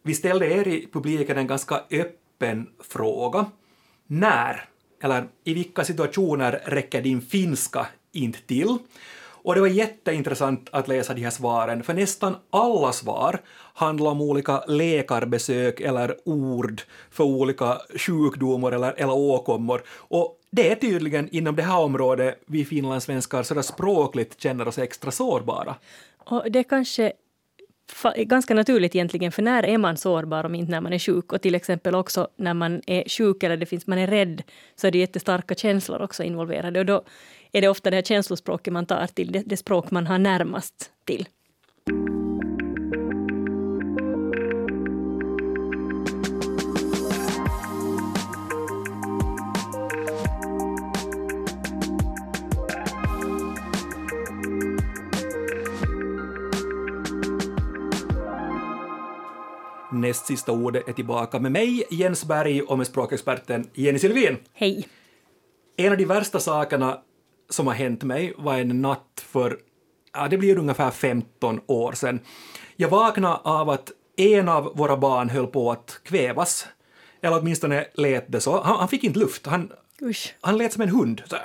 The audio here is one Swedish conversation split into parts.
vi ställde er i publiken en ganska öppen fråga. När, eller i vilka situationer räcker din finska inte till? Och det var jätteintressant att läsa de här svaren, för nästan alla svar handlar om olika läkarbesök eller ord för olika sjukdomar eller åkommor. Och det är tydligen inom det här området vi finlandssvenskar så där språkligt känner oss extra sårbara. Och det är kanske ganska naturligt egentligen, för när är man sårbar om inte när man är sjuk? Och till exempel också när man är sjuk eller man är rädd, så är det jättestarka känslor också involverade. Och då är det ofta det här känslospråket man tar till, det språk man har närmast till. Näst sista ordet är tillbaka med mig, Jens Berg, och med språkexperten Jenny Sylvin. Hej. En av de värsta sakerna som har hänt mig var en natt för, det blir ungefär 15 år sedan. Jag vaknade av att en av våra barn höll på att kvävas. Eller åtminstone lät det så. Han fick inte luft. Han lät som en hund. Så,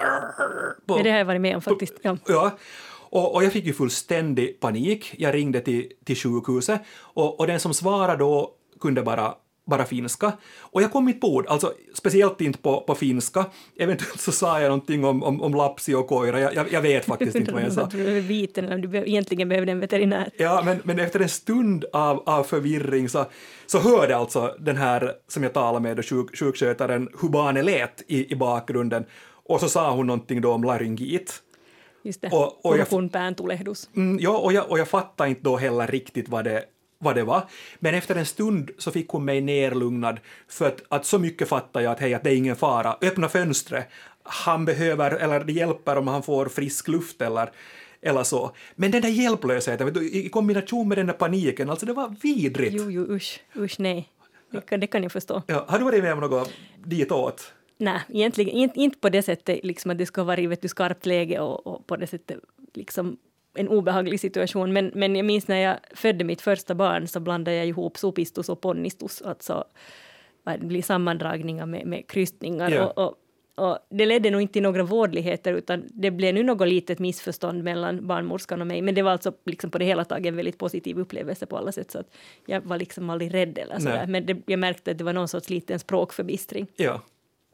det har jag varit med om faktiskt. Ja. Och jag fick ju fullständig panik. Jag ringde till sjukhuset och den som svarade då kunde bara finska. Och jag kom inte på ord, alltså speciellt inte på finska. Eventuellt så sa jag någonting om lapsi och koira. Jag vet faktiskt inte vad jag sa. Du är viten, eller du egentligen behövde en veterinär. Ja, men efter en stund av förvirring så hörde alltså den här som jag talade med, sjukskötaren, hur barnet lät i bakgrunden. Och så sa hon någonting då om laryngit. Just det, och pääntulehdus. Ja, och jag fattade inte då heller riktigt vad det var. Men efter en stund så fick hon mig nerlugnad, för att så mycket fattade jag att hej, att det är ingen fara. Öppna fönstret. Han behöver, eller det hjälper om han får frisk luft eller så. Men den där hjälplösheten, i kombination med den där paniken, alltså det var vidrigt. Jo, usch, nej. Det kan jag förstå. Ja, har du varit med om något ditåt? Nej, egentligen inte på det sättet liksom att det ska vara i ett skarpt läge och på det sättet liksom en obehaglig situation. Men jag minns när jag födde mitt första barn så blandade jag ihop sopistus och ponnistus. Alltså det blir sammandragningar med krystningar. Ja. Och det ledde nog inte till några vårdligheter, utan det blev nu något litet missförstånd mellan barnmorskan och mig. Men det var alltså liksom på det hela taget en väldigt positiv upplevelse på alla sätt. Så att jag var liksom aldrig rädd eller sådär. Men jag märkte att det var någon sorts liten språkförbistring. Ja.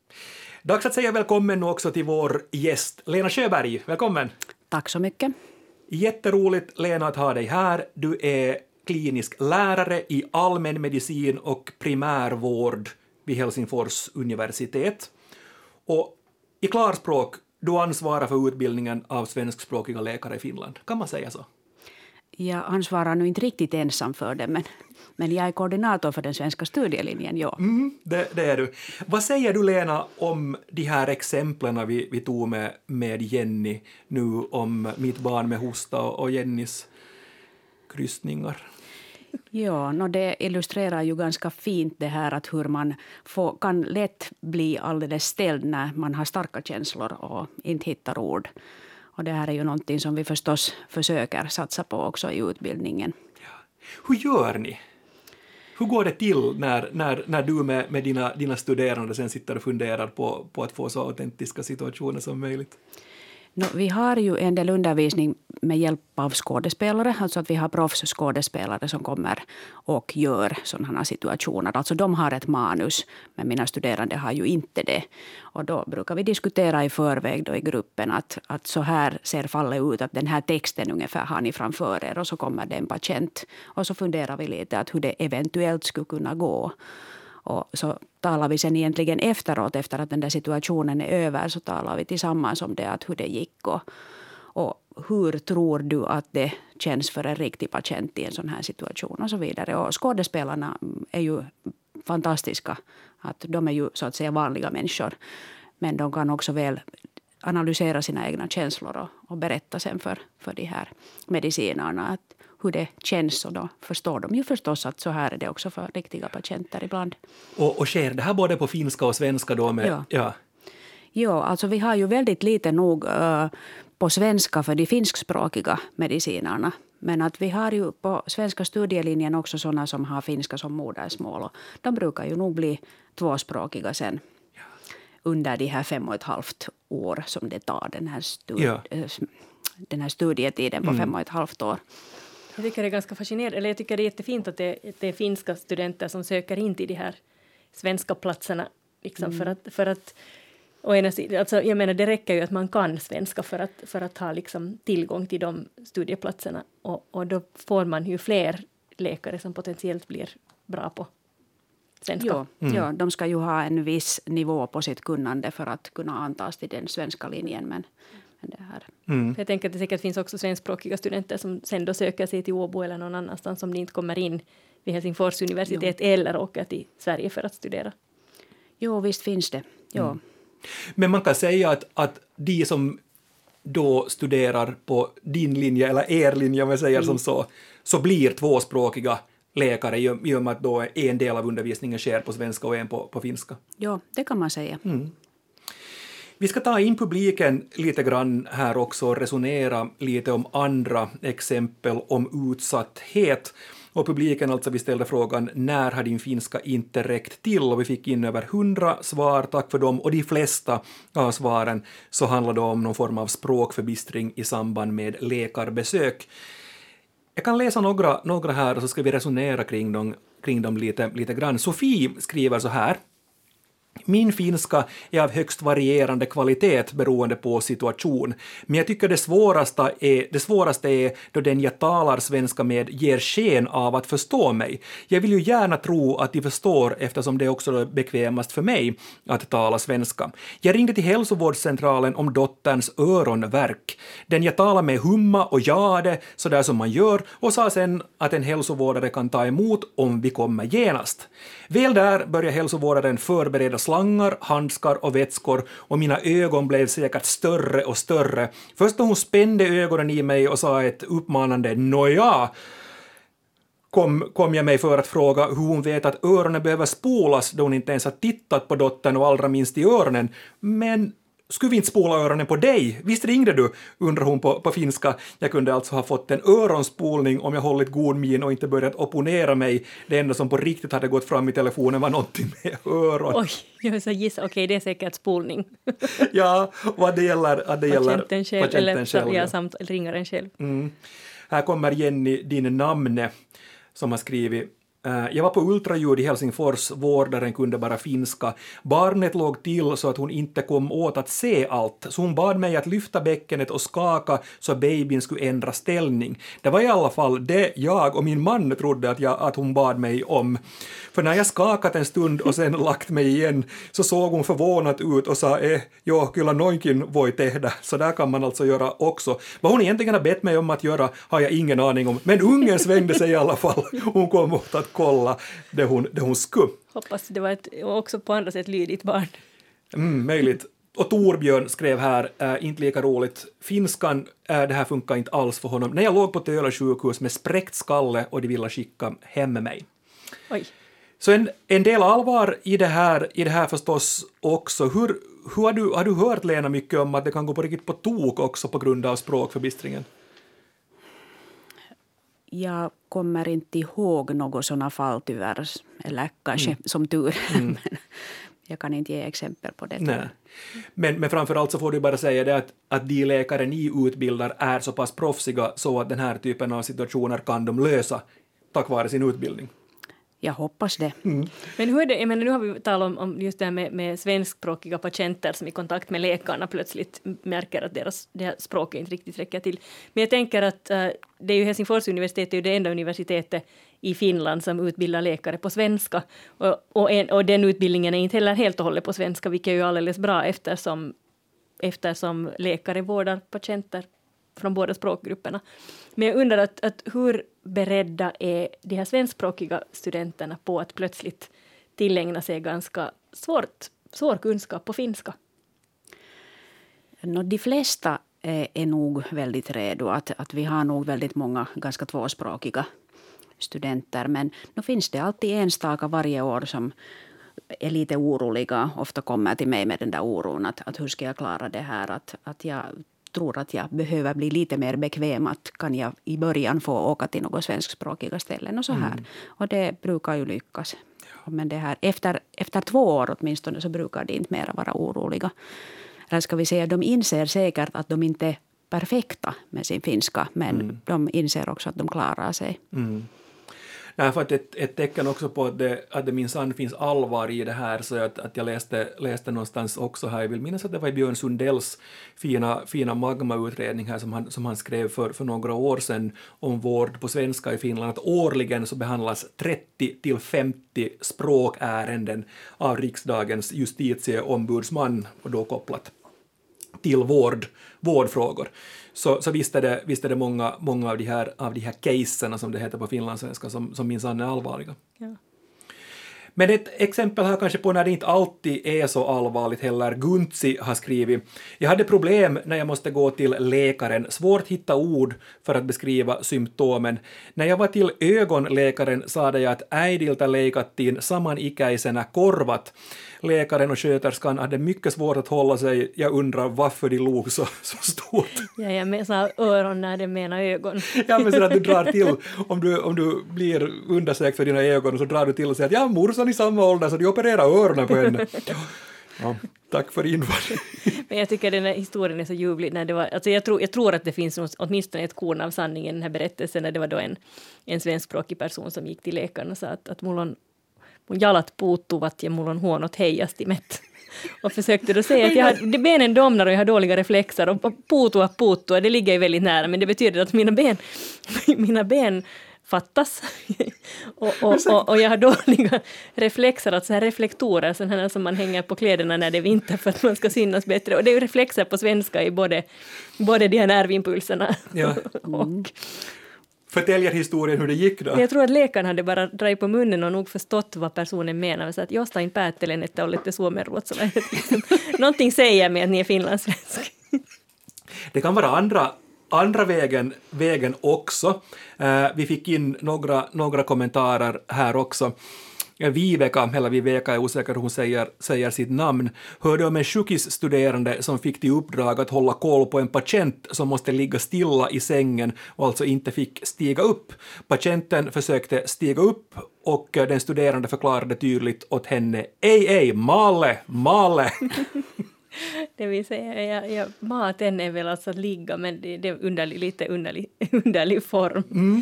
Dags att säga välkommen också till vår gäst Lena Sjöberg. Välkommen. Tack så mycket. Jätteroligt, Lena, att ha dig här. Du är klinisk lärare i allmänmedicin och primärvård vid Helsingfors universitet. Och i klarspråk, du ansvarar för utbildningen av svenskspråkiga läkare i Finland. Kan man säga så? Jag ansvarar nu inte riktigt ensam för det, men jag är koordinator för den svenska studielinjen, ja. Det är du. Vad säger du, Lena, om de här exemplen vi tog med Jenny nu, om mitt barn med hosta och Jennys krystningar? Ja, det illustrerar ju ganska fint det här att hur man kan lätt bli alldeles ställd när man har starka känslor och inte hittar ord. Och det här är ju någonting som vi förstås försöker satsa på också i utbildningen. Ja. Hur gör ni? Hur går det till när du med dina studerande sen sitter och funderar på att få så autentiska situationer som möjligt? Vi har ju en del undervisning med hjälp av skådespelare. Alltså att vi har proffsskådespelare som kommer och gör sådana situationer. Alltså de har ett manus, men mina studerande har ju inte det. Och då brukar vi diskutera i förväg då i gruppen att så här ser fallet ut. Att den här texten ungefär har ni framför er, och så kommer det en patient. Och så funderar vi lite att hur det eventuellt skulle kunna gå. Och så talar vi sen egentligen efteråt, efter att den där situationen är över, så talar vi tillsammans om det, att hur det gick och hur tror du att det känns för en riktig patient i en sån här situation och så vidare. Och skådespelarna är ju fantastiska, att de är ju så att säga vanliga människor, men de kan också väl analysera sina egna känslor och berätta sen för de här medicinerna att hur det känns, och då förstår de ju förstås att så här är det också för riktiga patienter ibland. Och sker det här både på finska och svenska då? Ja, alltså vi har ju väldigt lite nog på svenska för de finskspråkiga medicinerna. Men att vi har ju på svenska studielinjen också sådana som har finska som modersmål. Och de brukar ju nog bli tvåspråkiga sen under de här 5,5 år som det tar den här studietiden på 5,5 år. Jag tycker det är ganska fascinerande, eller jag tycker det är jättefint att det är finska studenter som söker in till de här svenska platserna. Liksom för att och alltså, jag menar, det räcker ju att man kan svenska för att ha liksom tillgång till de studieplatserna. Och då får man ju fler läkare som potentiellt blir bra på svenska. Ja, de ska ju ha en viss nivå på sitt kunnande för att kunna antas till den svenska linjen. Men det här. Jag tänker att det säkert finns också svenskspråkiga studenter som sen då söker sig till Åbo eller någon annanstans som de inte kommer in vid Helsingfors universitet eller åker till Sverige för att studera. Jo, visst finns det. Ja. Men man kan säga att de som då studerar på din linje eller er linje, om jag säger som så blir tvåspråkiga läkare i och med att då en del av undervisningen sker på svenska och en på finska. Ja, det kan man säga. Vi ska ta in publiken lite grann här också och resonera lite om andra exempel om utsatthet. Och publiken alltså, vi ställde frågan när har din finska inte räckt till? Och vi fick in över 100 svar, tack för dem. Och de flesta av svaren så handlade om någon form av språkförbistring i samband med läkarbesök. Jag kan läsa några här och så ska vi resonera kring dem lite grann. Sofie skriver så här. Min finska är av högst varierande kvalitet beroende på situation, men jag tycker det svåraste är då den jag talar svenska med ger sken av att förstå mig. Jag vill ju gärna tro att de förstår eftersom det också är bekvämast för mig att tala svenska. Jag ringde till hälsovårdscentralen om dotterns öronvärk. Den jag talar med humma och jade, sådär som man gör, och sa sen att en hälsovårdare kan ta emot om vi kommer genast. Väl där började hälsovårdaren förbereda slangar, handskar och vätskor och mina ögon blev säkert större och större. Först då hon spände ögonen i mig och sa ett uppmanande "Nåja", kom jag mig för att fråga hur hon vet att öronen behöver spolas då hon inte ens har tittat på dottern och allra minst i öronen. Men skulle vi inte spola öronen på dig? Visst ringde du? Undrar hon på finska. Jag kunde alltså ha fått en öronspolning om jag hållit god min och inte börjat opponera mig. Det enda som på riktigt hade gått fram i telefonen var någonting med öron. Oj, jag så gissa. Okej, det är säkert spolning. Ja, vad det gäller patienten själv. Eller samt ringaren själv. Här kommer Jenny, din namne, som har skrivit: jag var på ultraljud i Helsingfors, vårdaren kunde bara finska. Barnet låg till så att hon inte kom åt att se allt, så hon bad mig att lyfta bäckenet och skaka så babyn skulle ändra ställning. Det var i alla fall det jag och min man trodde att hon bad mig om. För när jag skakat en stund och sen lagt mig igen så såg hon förvånat ut och sa jo, kyllä noinkin voi tehdä. Så där kan man alltså göra också. Vad hon egentligen har bett mig om att göra har jag ingen aning om. Men ungen svängde sig i alla fall. Hon kom åt att kolla det hon skulle. Hoppas det var också på andra sätt lydigt barn. Möjligt. Och Torbjörn skrev här, inte lika roligt. Finskan, det här funkar inte alls för honom. När jag låg på Töle sjukhus med spräckt skalle och de ville skicka hem mig. Oj. Så en del allvar i det här förstås också. Hur har du hört, Lena, mycket om att det kan gå på riktigt på tok också på grund av språkförbistringen? Jag kommer inte ihåg något sådana fall tyvärr, eller kanske som tur. Men jag kan inte ge exempel på det. Nej. Men framförallt så får du bara säga det att de läkare ni utbildar är så pass proffsiga så att den här typen av situationer kan de lösa tack vare sin utbildning. Jag hoppas det. Men hur är det, jag menar, nu har vi talat om just det här med svenskspråkiga patienter som i kontakt med läkarna plötsligt märker att deras språk inte riktigt räcker till. Men jag tänker att det är ju Helsingfors universitet, är ju det enda universitetet i Finland som utbildar läkare på svenska. Och den utbildningen är inte heller helt och hållet på svenska, vilket är ju alldeles bra eftersom läkare vårdar patienter från båda språkgrupperna. Men jag undrar att hur beredda är de här svenskspråkiga studenterna på att plötsligt tillägna sig ganska svår kunskap på finska? De flesta är nog väldigt redo. Att vi har nog väldigt många ganska tvåspråkiga studenter. Men nu finns det alltid enstaka varje år som är lite oroliga. Ofta kommer till mig med den där oron att hur ska jag klara det här. Att jag tror att jag behöver bli lite mer bekväm, att kan jag i början få åka till några svenskspråkiga ställen och så här. Och det brukar ju lyckas. Men det här, efter 2 år åtminstone så brukar de inte mer vara oroliga. Eller ska vi säga, de inser säkert att de inte är perfekta med sin finska, men de inser också att de klarar sig. Nej, för att ett tecken också på att det minsann finns allvar i det här, så att jag läste någonstans också här, jag vill minnas att det var i Björn Sundells fina Magma-utredning här som han skrev för några år sedan om vård på svenska i Finland, att årligen så behandlas 30-50 språkärenden av riksdagens justitieombudsman, och då kopplat till vårdfrågor. Så visst är det många av de här caserna, som det heter på finlandssvenska, som minsann är allvarliga. Ja. Men ett exempel här kanske på när det inte alltid är så allvarligt heller. Guntzi har skrivit: jag hade problem när jag måste gå till läkaren. Svårt hitta ord för att beskriva symptomen. När jag var till ögonläkaren sade jag att äidiltä leikattiin samanikäisenä korvat. Läkaren och sköterskan hade mycket svårt att hålla sig. Jag undrar varför de log så stort. Ja, jag sa öron när det menar ögon. Ja, men så att du drar till, om du blir undersökt för dina ögon, så drar du till och säger att ja, morsan i samma ålder så de opererar öronen på henne. Ja, tack för inför. Men jag tycker den här historien är så ljuvlig. När det var, alltså jag tror att det finns åtminstone ett korn av sanning i den här berättelsen, när det var då en svenskspråkig person som gick till läkaren och sa att mun jalat puuttuvat ja mulla on huonot heijastimet. Och försökte då säga att benen domnar och jag har dåliga reflexer, och puuttua, det ligger ju väldigt nära, men det betyder att mina ben fattas och jag har dåliga reflexer, alltså här reflektorer sådana som man hänger på kläderna när det är vinter för att man ska synas bättre, och det är ju reflexer på svenska i både de här nervimpulserna och förtäljer historien hur det gick då. Jag tror att läkaren hade bara dragit på munnen och nog förstått vad personen menar. Så att jostain päättelen, että olette suomenruotsalainen. Någonting säger mig att ni är finlandssvensk. Det kan vara andra vägen också. Vi fick in några kommentarer här också. Viveka är osäker, hon säger sitt namn, hörde om en sjukisstuderande som fick till uppdrag att hålla koll på en patient som måste ligga stilla i sängen och alltså inte fick stiga upp. Patienten försökte stiga upp och den studerande förklarade tydligt åt henne: ej, male. Det vill säga, maten är väl alltså att ligga, men det är lite underlig form.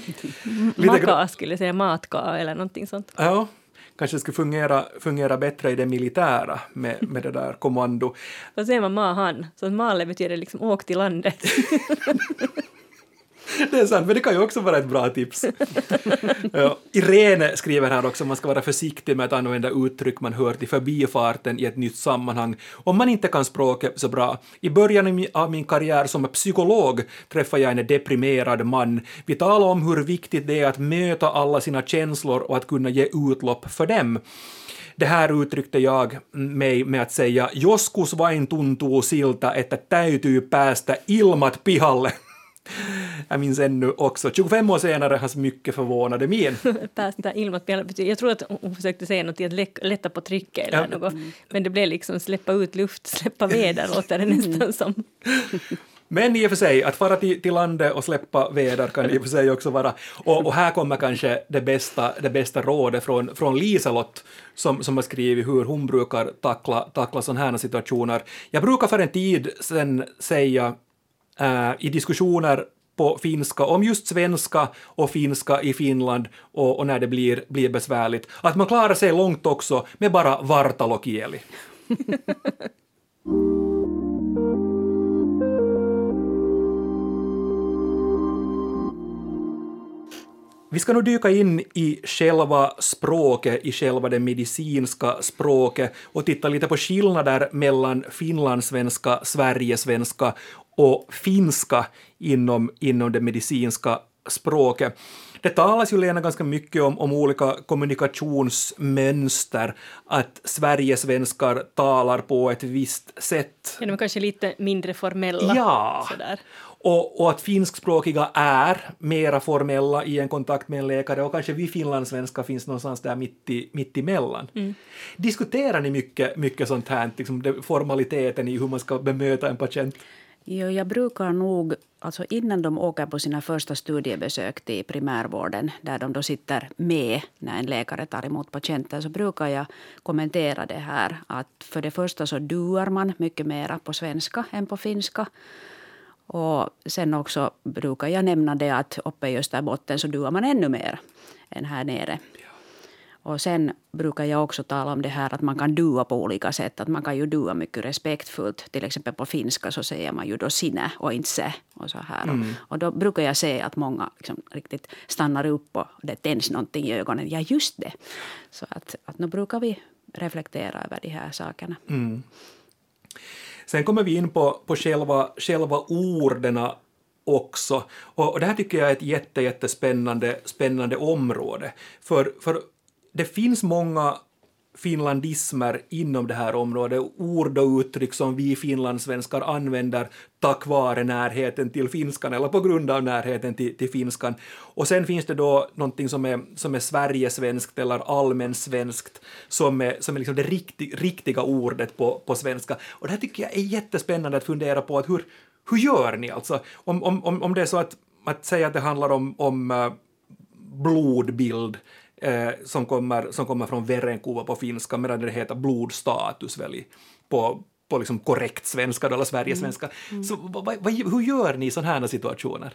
Maka skulle jag säga, matka eller någonting sånt. Ja. Kanske skulle fungera bättre i det militära med det där kommando. Vad säger man mahan? Så male betyder liksom åk till landet. Det är sant, men det kan ju också vara ett bra tips. Ja, Irene skriver här också: man ska vara försiktig med att använda uttryck man hört i förbifarten i ett nytt sammanhang om man inte kan språket så bra. I början av min karriär som psykolog träffade jag en deprimerad man. Vi talade om hur viktigt det är att möta alla sina känslor och att kunna ge utlopp för dem. Det här uttryckte jag mig med att säga: joskus vain tuntuu siltä, että täytyy päästä ilmat pihalle. Jag minns ännu också. 25 år senare har mycket förvånade min. Päästä ilmat pihalle. Jag tror att hon försökte säga något att lätta på trycket eller något. Men det blev liksom släppa ut luft, släppa väder, låter det nästan som. Men i och för sig, att fara till landet och släppa väder kan i och för sig också vara. Och här kommer kanske det bästa rådet från Liselott som har skrivit hur hon brukar tackla sådana här situationer. Jag brukar för en tid sedan säga i diskussioner på finska om just svenska och finska i Finland och när det blir besvärligt, att man klarar sig långt också med bara vartalokieli. Vi ska nu dyka in i själva språket, i själva det medicinska språket och titta lite på skillnader mellan finlandssvenska, sverigesvenska och finska inom det medicinska språket. Det talas ju, Lena, ganska mycket om olika kommunikationsmönster, att sverigesvenskar talar på ett visst sätt. Ja, de är kanske lite mindre formella. Ja, sådär. Och att finskspråkiga är mera formella i en kontakt med en läkare, och kanske vi finlandssvenskar finns någonstans där mitt emellan. Diskuterar ni mycket sånt här, liksom formaliteten i hur man ska bemöta en patient? Jo, jag brukar nog, alltså innan de åker på sina första studiebesök till primärvården, där de då sitter med när en läkare tar emot patienter, så brukar jag kommentera det här att för det första så duar man mycket mera på svenska än på finska. Och sen också brukar jag nämna det att uppe i Österbotten så duar man ännu mer än här nere. Och sen brukar jag också tala om det här att man kan dua på olika sätt. Att man kan ju dua mycket respektfullt. Till exempel på finska så säger man ju då sinä och inte se. Och så här. Och då brukar jag se att många liksom riktigt stannar upp och det tänds någonting i ögonen. Ja, just det. Så att nu brukar vi reflektera över de här sakerna. Mm. Sen kommer vi in på själva orden också. Och det här tycker jag är ett jättespännande område. För det finns många finlandismer inom det här området, ord och uttryck som vi finlandssvenskar använder tack vare närheten till finskan eller på grund av närheten till finskan. Och sen finns det då någonting som är sverigesvenskt eller allmänsvenskt som är liksom det riktiga ordet på svenska. Och det här tycker jag är jättespännande att fundera på att hur gör ni alltså? Om det är så att säga att det handlar om blodbild som kommer från verenkuva på finska, medan det heter blodstatus väl på liksom korrekt svenska eller sverigesvenska. Så hur gör ni i sådana här situationer?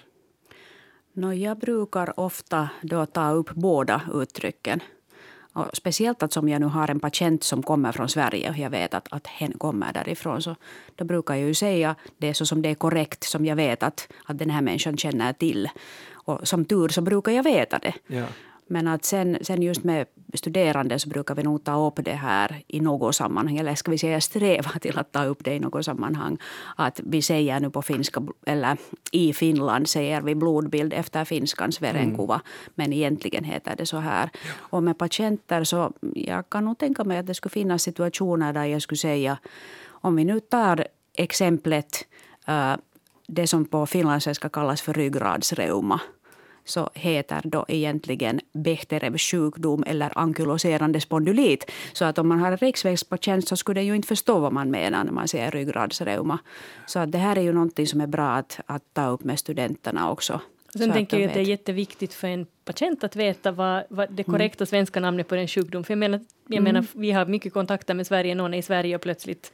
Jag brukar ofta då ta upp båda uttrycken. Och speciellt att som jag nu har en patient som kommer från Sverige och jag vet att hen kommer därifrån, så då brukar jag ju säga det så som det är korrekt, som jag vet att den här människan känner till. Och som tur så brukar jag veta det. Ja. Men att sen just med studerande så brukar vi nog ta upp det här i något sammanhang. Eller ska vi säga sträva till att ta upp det i något sammanhang. Att vi säger nu på finska, eller i Finland säger vi blodbild efter finskans verenkuva. Men egentligen heter det så här. Och med patienter så jag kan nog tänka mig att det skulle finnas situationer där jag skulle säga, om vi nu tar exemplet det som på finlandssvenska kallas för ryggradsreuma, så heter då egentligen Bechterews sjukdom eller ankyloserande spondylit. Så att om man har en riksvägspatient så skulle det ju inte förstå vad man menar när man säger ryggradsreuma. Så att det här är ju någonting som är bra att ta upp med studenterna också. Sen tänker jag att det är jätteviktigt för en patient att veta vad det korrekta svenska namnet på den sjukdom. För jag menar, vi har mycket kontakter med Sverige, någon är i Sverige och plötsligt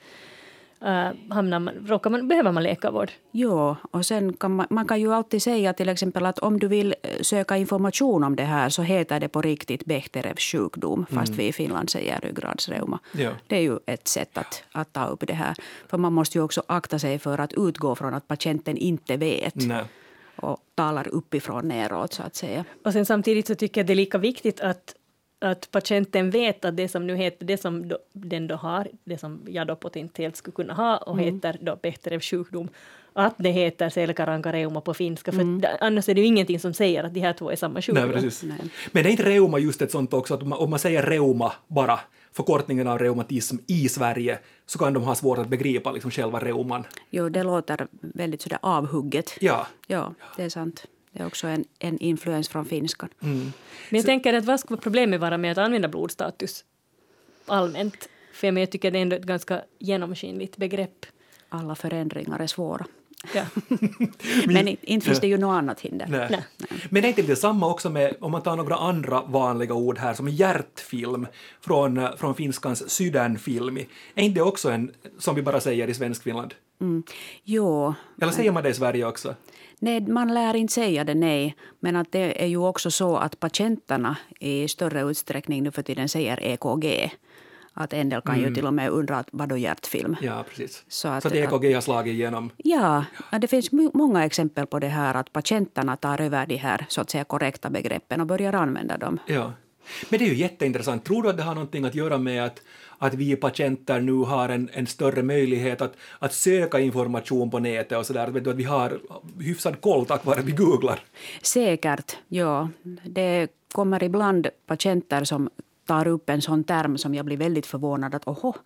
behöver man läkarvård. Jo, och sen kan man kan ju alltid säga till exempel att om du vill söka information om det här så heter det på riktigt Bechterews sjukdom, fast vi i Finland säger ryggradsreuma. Ja. Det är ju ett sätt att ta upp det här. För man måste ju också akta sig för att utgå från att patienten inte vet. Nej. Och talar uppifrån neråt så att säga. Och sen samtidigt så tycker jag det är lika viktigt att patienten vet att det som nu heter, det som den då har, det som jag då potentiellt skulle kunna ha och heter då Bechterews sjukdom, att det heter selkärankareuma på finska, för annars är det ju ingenting som säger att de här två är samma sjukdom. Nej, precis. Nej. Men det är inte reuma just ett sånt också, att om man säger reuma bara, förkortningen av reumatism i Sverige, så kan de ha svårt att begripa liksom själva reuman. Jo, det låter väldigt sådär avhugget. Ja, det är sant. Det är också en influens från finskan. Men jag tänker att vad skulle problemet vara med att använda blodstatus allmänt? För jag tycker det är ändå ett ganska genomskinligt begrepp. Alla förändringar är svåra. Ja. Men inte finns det ju något annat hinder. Nej. Men det är inte detsamma också med, om man tar några andra vanliga ord här, som hjärtfilm från finskans sydänfilmi. Är inte det också en, som vi bara säger i svensk Finland? Jo. Eller säger man det i Sverige också? Nej, man lär inte säga det, nej. Men att det är ju också så att patienterna i större utsträckning nu för tiden säger EKG. Att en del kan ju till och med undra vad då hjärtfilm. Ja, precis. Så att EKG har slagit igenom. Ja, det finns många exempel på det här att patienterna tar över de här så att säga korrekta begreppen och börjar använda dem. Ja. Men det är ju jätteintressant. Tror du att det har någonting att göra med att vi patienter nu har en större möjlighet att söka information på nätet och sådär? Att vi har hyfsad koll tack vare att vi googlar? Säkert, ja. Det kommer ibland patienter som tar upp en sån term som jag blir väldigt förvånad att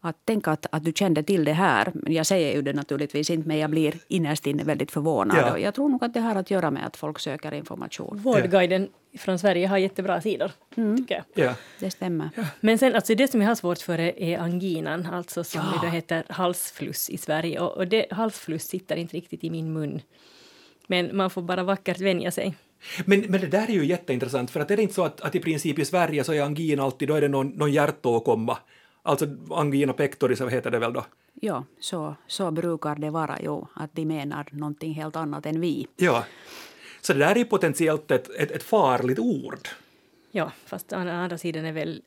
Att tänka att du kände till det här. Jag säger ju det naturligtvis inte, men jag blir innerst inne väldigt förvånad. Ja. Och jag tror nog att det har att göra med att folk söker information. Vårdguiden från Sverige har jättebra sidor, tycker jag. Ja. Det stämmer. Men sen, alltså det som jag har svårt för är anginan, alltså som det heter halsfluss i Sverige. Och halsfluss sitter inte riktigt i min mun. Men man får bara vackert vänja sig. Men det där är ju jätteintressant, för att är det inte så att i princip i Sverige så är angin alltid, då är det någon hjärtåkomma. Alltså angina pectoris, vad heter det väl då? Ja, så brukar det vara ju, att de menar någonting helt annat än vi. Ja, så det där är ju potentiellt ett farligt ord. Ja, fast å andra sidan är väl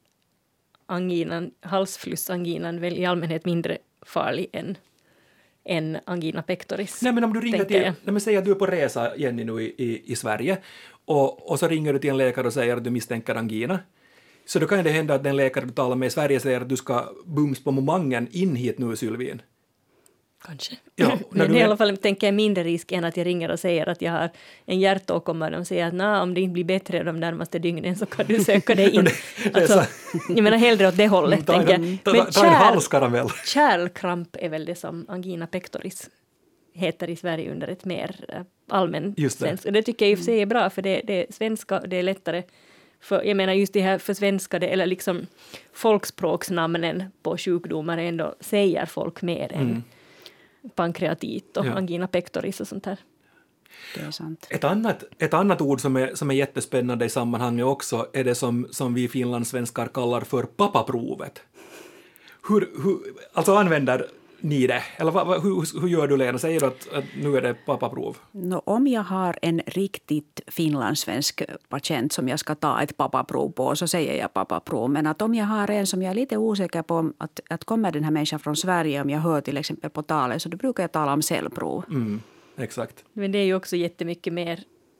halsflussanginan väl i allmänhet mindre farlig än angina pectoris. Nej, men om du ringer säg att du är på resa, Jenny, nu i Sverige, och så ringer du till en läkare och säger att du misstänker angina. Så då kan det hända att den läkare du talar med i Sverige säger att du ska bums på momangen in hit nu, Sylvin. Kanske. Ja, men i alla fall tänker jag mindre risk än att jag ringer och säger att jag har en hjärtåkomma. De säger att om det inte blir bättre de närmaste dygnen så kan du söka dig in. Alltså, jag menar hellre åt det hållet, tänker jag. Men ta en halskaramell. kärlkramp är väl det som angina pectoris heter i Sverige under ett mer allmän svensk. Och det tycker jag i och för sig är bra, för det är svenska, det är lättare. För jag menar just det här försvenskade eller liksom folkspråksnamnen på sjukdomar ändå säger folk mer än pankreatit och angina pectoris och sånt här. Det är sant. Ett annat ord som är jättespännande i sammanhanget också är det som vi finlandssvenskar kallar för pappaprovet. Hur alltså använder ni det? Eller hur gör du, Lena? Säger du att nu är det pappaprov? Om jag har en riktigt finlandssvensk patient som jag ska ta ett pappaprov på, så säger jag pappaprov. Men att om jag har en som jag är lite osäker på att kommer den här människan från Sverige, om jag hör till exempel på talet, så då brukar jag tala om cellprov. Exakt. Men det är ju också jättemycket mer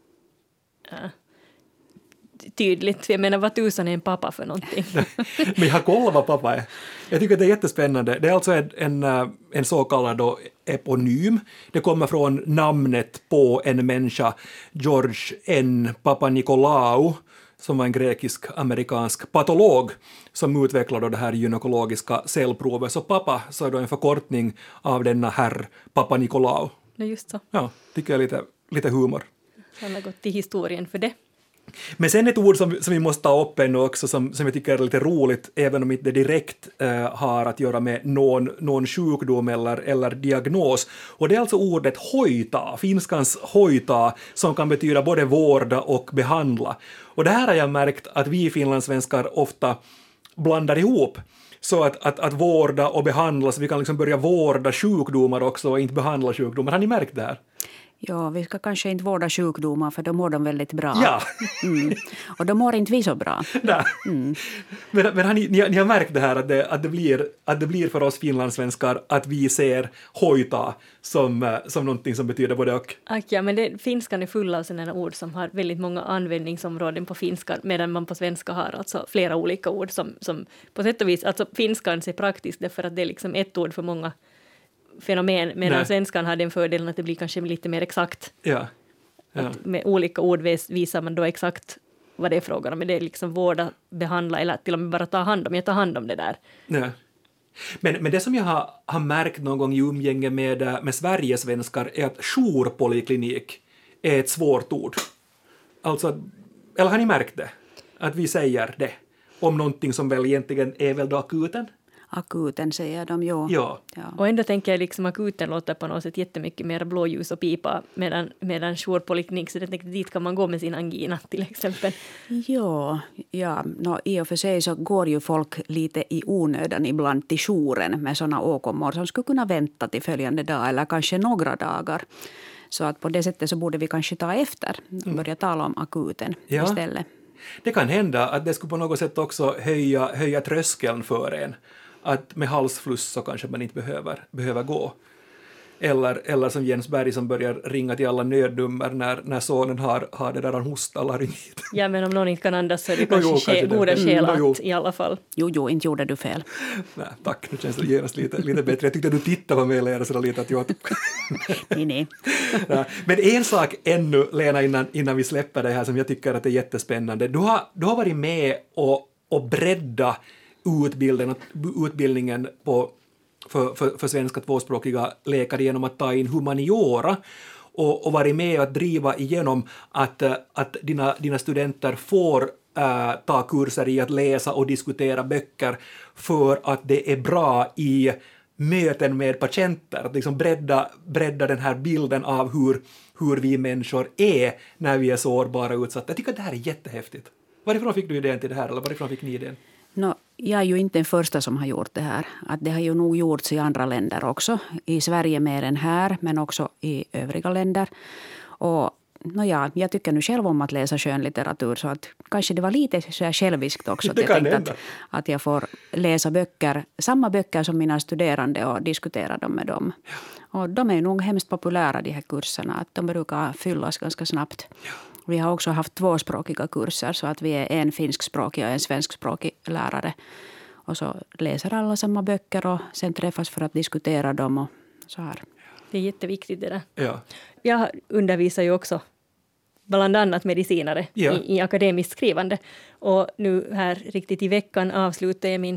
tydligt. Jag menar, vad tusan är en pappa för någonting? Men jag har kollat vad pappa är. Jag tycker att det är jättespännande. Det är alltså en så kallad då eponym. Det kommer från namnet på en människa, George N. Papanikolaou, som var en grekisk-amerikansk patolog som utvecklade det här gynekologiska cellprovet. Så pappa så är då en förkortning av denna herr Papanikolaou. Ja, just så. Ja, tycker jag är lite humor. Han har gått till historien för det. Men sen ett ord som vi måste ta upp ännu också som jag tycker är lite roligt, även om inte det direkt har att göra med någon sjukdom eller diagnos. Och det är alltså ordet hoita, finskans hoita, som kan betyda både vårda och behandla. Och det här har jag märkt att vi finlandssvenskar ofta blandar ihop. Så att vårda och behandla, så vi kan liksom börja vårda sjukdomar också och inte behandla sjukdomar. Har ni märkt det här? Ja, vi ska kanske inte vårda sjukdomar, för då mår de väldigt bra. Ja. Och då mår inte vi så bra. Men har ni har märkt det här att det blir för oss finlandssvenskar att vi ser hoita som någonting som betyder både och. Ja, men finskan är full av sådana ord som har väldigt många användningsområden på finska, medan man på svenska har alltså flera olika ord som på sätt och vis, alltså finskan är praktiskt därför att det är liksom ett ord för många fenomen, medan svenskan har den fördelen att det blir kanske lite mer exakt. Ja. Att med olika ord visar man då exakt vad det är frågan om. Men det är liksom vårda, behandla eller till och med bara ta hand om. Jag tar hand om det där. Ja. Men det som jag har märkt någon gång i umgänge med Sverigesvenskar är att jourpoliklinik är ett svårt ord. Alltså, eller har ni märkt det? Att vi säger det om någonting som väl egentligen är väl då akuten? Akuten säger de, ja. Och ändå tänker jag liksom akuten låter på något sätt jättemycket mer blåljus och pipa medan jourpoliklinik, så jag tänkte dit kan man gå med sin angina till exempel. Ja, i och för sig så går ju folk lite i onödan ibland till jouren med sådana åkommor som skulle kunna vänta till följande dag eller kanske några dagar. Så att på det sättet så borde vi kanske ta efter och börja tala om akuten istället. Det kan hända att det skulle på något sätt också höja tröskeln för en. Att med halsfluss så kanske man inte behöver gå. Eller som Jens Berg som börjar ringa till alla nödnummer när sonen har det där han hostar laryngit. Ja, men om någon inte kan andas så är det kanske goda skäl att i alla fall. Jo, inte gjorde du fel. Nej, tack, nu känns det genast lite bättre. Jag tyckte att du tittade på mig, Lena, så lite att jag... Nej. Ja, men en sak ännu, Lena, innan vi släpper det här som jag tycker att är jättespännande. Du har varit med och bredda utbildningen för svenska tvåspråkiga läkare genom att ta in humaniora och varit med att driva igenom att dina studenter får ta kurser i att läsa och diskutera böcker för att det är bra i möten med patienter, att liksom bredda den här bilden av hur vi människor är när vi är sårbara och utsatta. Jag tycker att det här är jättehäftigt. Varifrån fick du idén till det här, eller varifrån fick ni idén? Jag är ju inte den första som har gjort det här. Att det har ju nog gjorts i andra länder också. I Sverige mer än här, men också i övriga länder. Och jag tycker nu själv om att läsa skönlitteratur, så att kanske det var lite så här själviskt också. Att jag tänkte att jag får läsa böcker, samma böcker som mina studerande, och diskutera dem med dem. Ja. Och de är nog hemskt populära, de här kurserna. Att de brukar fyllas ganska snabbt. Ja. Vi har också haft tvåspråkiga kurser, så att vi är en finskspråkig och en svenskspråkig lärare. Och så läser alla samma böcker och sen träffas för att diskutera dem och så här. Det är jätteviktigt det där. Ja. Jag undervisar ju också bland annat medicinare i akademiskt skrivande. Och nu här riktigt i veckan avslutar jag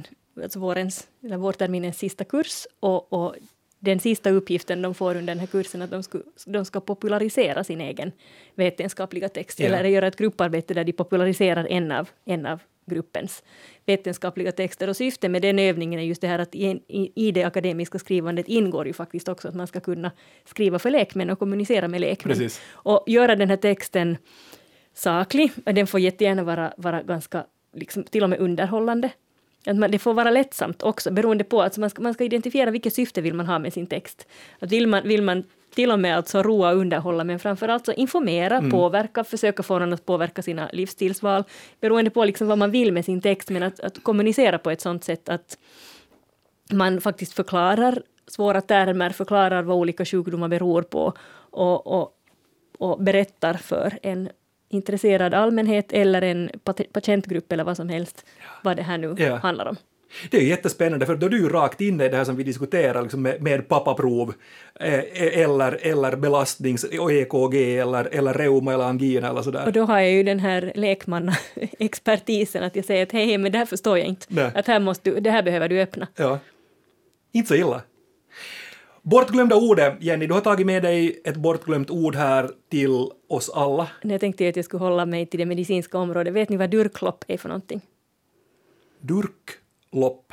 vårterminens sista kurs. Och den sista uppgiften de får under den här kursen är att de ska popularisera sin egen vetenskapliga text. Eller göra ett grupparbete där de populariserar en av gruppens vetenskapliga texter. Och syftet med den övningen är just det här att i det akademiska skrivandet ingår ju faktiskt också att man ska kunna skriva för lekmän och kommunicera med lekmän. Precis. Och göra den här texten saklig. Den får jättegärna vara ganska, liksom, till och med underhållande. Det får vara lättsamt också, beroende på att man ska identifiera vilket syfte vill man ha med sin text. Att vill man till och med alltså roa och underhålla, men framförallt så informera, påverka, försöka få någon att påverka sina livsstilsval, beroende på liksom vad man vill med sin text, men att kommunicera på ett sådant sätt att man faktiskt förklarar svåra termer, förklarar vad olika sjukdomar beror på och berättar för en intresserad allmänhet eller en patientgrupp eller vad som helst vad det här nu handlar om. Det är jättespännande, för då är du rakt in i det här som vi diskuterar liksom med pappaprov eller belastnings- och EKG eller reuma eller angina eller sådär. Och då har jag ju den här lekmanna-expertisen att jag säger att hej, men det här förstår jag inte. Nej. Att det här behöver du öppna. Ja, inte så illa. Bortglömda ordet, Jenny, du har tagit med dig ett bortglömt ord här till oss alla. Jag tänkte att jag skulle hålla mig till det medicinska området. Vet ni vad durklopp är för någonting? Durklopp.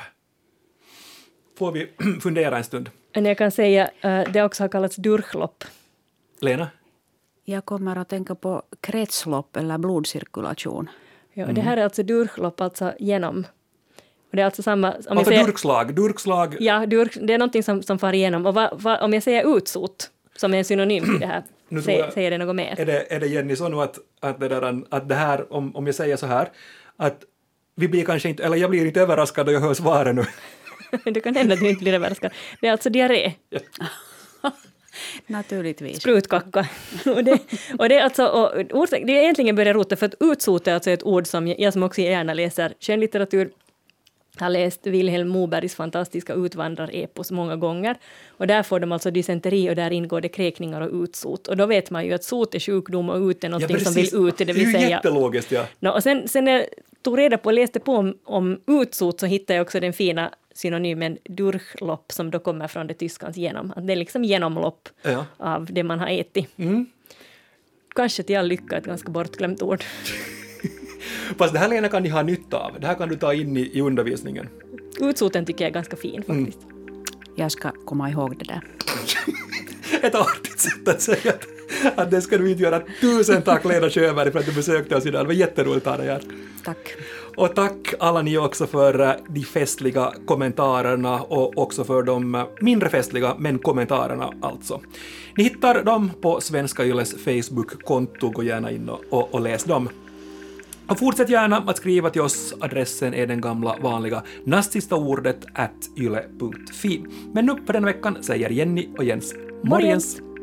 Får vi fundera en stund. Jag kan säga det också har kallats durchlopp. Lena? Jag kommer att tänka på kretslopp eller blodcirkulation. Ja, det här är alltså durchlopp, alltså genom. Och det är alltså samma... Alltså durkslag? Ja, det är någonting som far igenom. Och om jag säger utsot, som är en synonym till det här, säger det något mer? Är det Jenny så nu att det här, om jag säger så här, att vi blir kanske inte, eller jag blir inte överraskad då jag hör svaret nu. Det kan hända att du inte blir överraskad. Det är alltså diarré. Ja. Naturligtvis. Sprutkacka. och det är alltså, det är egentligen börjar rota, för att utsot är alltså ett ord som jag som också gärna läser skönlitteratur har läst Vilhelm Mobergs fantastiska utvandrarepos många gånger. Och där får de alltså dysenteri och där ingår det kräkningar och utsot. Och då vet man ju att sot är sjukdom och ut är någonting som vill ut. Det vill säga. Jättelogiskt, ja. Och sen när jag tog reda på och läste på om utsot, så hittade jag också den fina synonymen durchlopp som då kommer från det tyskans genom. Att det är liksom genomlopp av det man har ätit. Kanske till all lycka ett ganska bortglömt ord. Fast det här, Lena, kan ni ha nytta av. Det här kan du ta in i undervisningen. Utsoten tycker jag är ganska fin faktiskt. Jag ska komma ihåg det där. Ett artigt sätt att säga att det ska du inte göra. 1000 tack, Lena Sjöberg, för att du besökte oss idag. Det var jätteroligt att ha dig här. Tack. Och tack alla ni också för de festliga kommentarerna och också för de mindre festliga men kommentarerna alltså. Ni hittar dem på Svenska Yles Facebook-konto. Gå gärna in och läs dem. Och fortsätt gärna att skriva till oss. Adressen är den gamla vanliga @yle.fi. Men nu för den veckan säger Jenny och Jens morgens.